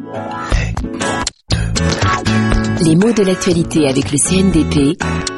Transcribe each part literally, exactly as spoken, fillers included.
Les mots de l'actualité avec le C N D P.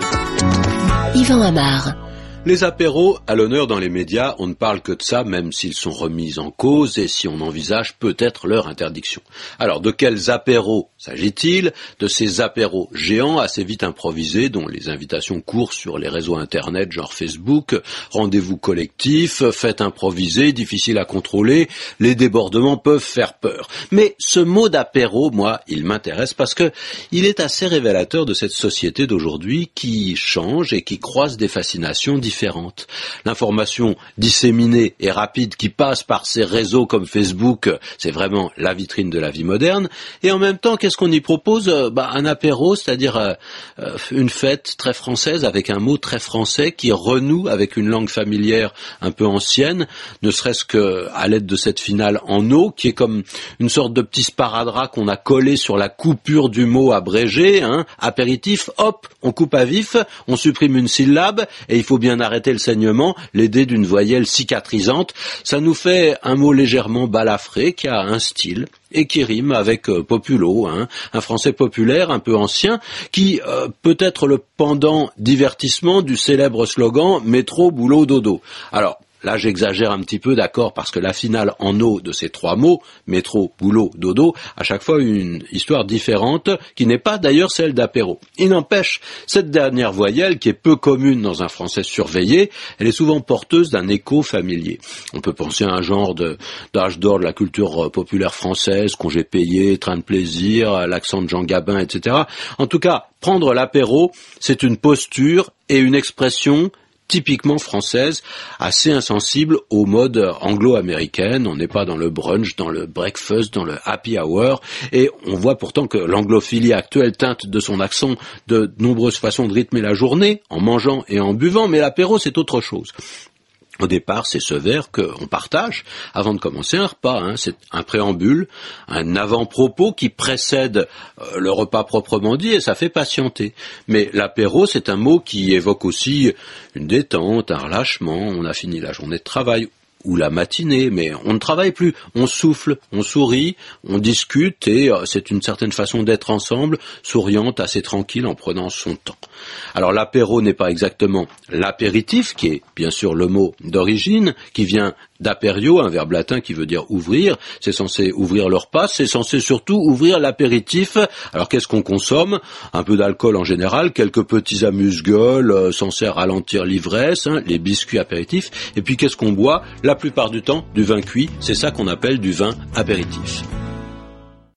Yvan Amar. Les apéros à l'honneur dans les médias, on ne parle que de ça, même s'ils sont remis en cause et si on envisage peut-être leur interdiction. Alors, de quels apéros s'agit-il? De ces apéros géants assez vite improvisés, dont les invitations courent sur les réseaux internet, genre Facebook, rendez-vous collectifs, fêtes improvisées, difficiles à contrôler, les débordements peuvent faire peur. Mais ce mot d'apéro, moi, il m'intéresse parce que il est assez révélateur de cette société d'aujourd'hui qui change et qui croise des fascinations différentes. Différentes. L'information disséminée et rapide qui passe par ces réseaux comme Facebook, c'est vraiment la vitrine de la vie moderne. Et en même temps, qu'est-ce qu'on y propose? Bah, un apéro, c'est-à-dire euh, une fête très française avec un mot très français qui renoue avec une langue familière un peu ancienne, ne serait-ce qu'à l'aide de cette finale en eau, qui est comme une sorte de petit sparadrap qu'on a collé sur la coupure du mot abrégé, hein, apéritif, hop, on coupe à vif, on supprime une syllabe, et il faut bien arrêter le saignement, l'aider d'une voyelle cicatrisante. Ça nous fait un mot légèrement balafré qui a un style et qui rime avec euh, populo, hein, un français populaire un peu ancien qui euh, peut être le pendant divertissement du célèbre slogan métro, boulot, dodo. Alors, là, j'exagère un petit peu, d'accord, parce que la finale en eau de ces trois mots, métro, boulot, dodo, à chaque fois une histoire différente, qui n'est pas d'ailleurs celle d'apéro. Il n'empêche, cette dernière voyelle, qui est peu commune dans un français surveillé, elle est souvent porteuse d'un écho familier. On peut penser à un genre de, d'âge d'or de la culture populaire française, congé payé, train de plaisir, l'accent de Jean Gabin, et cetera. En tout cas, prendre l'apéro, c'est une posture et une expression typiquement française, assez insensible aux modes anglo-américaines. On n'est pas dans le brunch, dans le breakfast, dans le happy hour, et on voit pourtant que l'anglophilie actuelle teinte de son accent de nombreuses façons de rythmer la journée, en mangeant et en buvant, mais l'apéro c'est autre chose. Au départ, c'est ce verre qu'on partage avant de commencer un repas. Hein. C'est un préambule, un avant-propos qui précède euh, le repas proprement dit et ça fait patienter. Mais l'apéro, c'est un mot qui évoque aussi une détente, un relâchement. On a fini la journée de travail ou la matinée, mais on ne travaille plus, on souffle, on sourit, on discute et euh, c'est une certaine façon d'être ensemble, souriante, assez tranquille en prenant son temps. Alors l'apéro n'est pas exactement l'apéritif, qui est bien sûr le mot d'origine, qui vient d'aperio, un verbe latin qui veut dire ouvrir, c'est censé ouvrir le repas, c'est censé surtout ouvrir l'apéritif. Alors qu'est-ce qu'on consomme? Un peu d'alcool en général, quelques petits amuse-gueules euh, censés ralentir l'ivresse, hein, les biscuits apéritifs, et puis qu'est-ce qu'on boit? La plupart du temps, du vin cuit, c'est ça qu'on appelle du vin apéritif.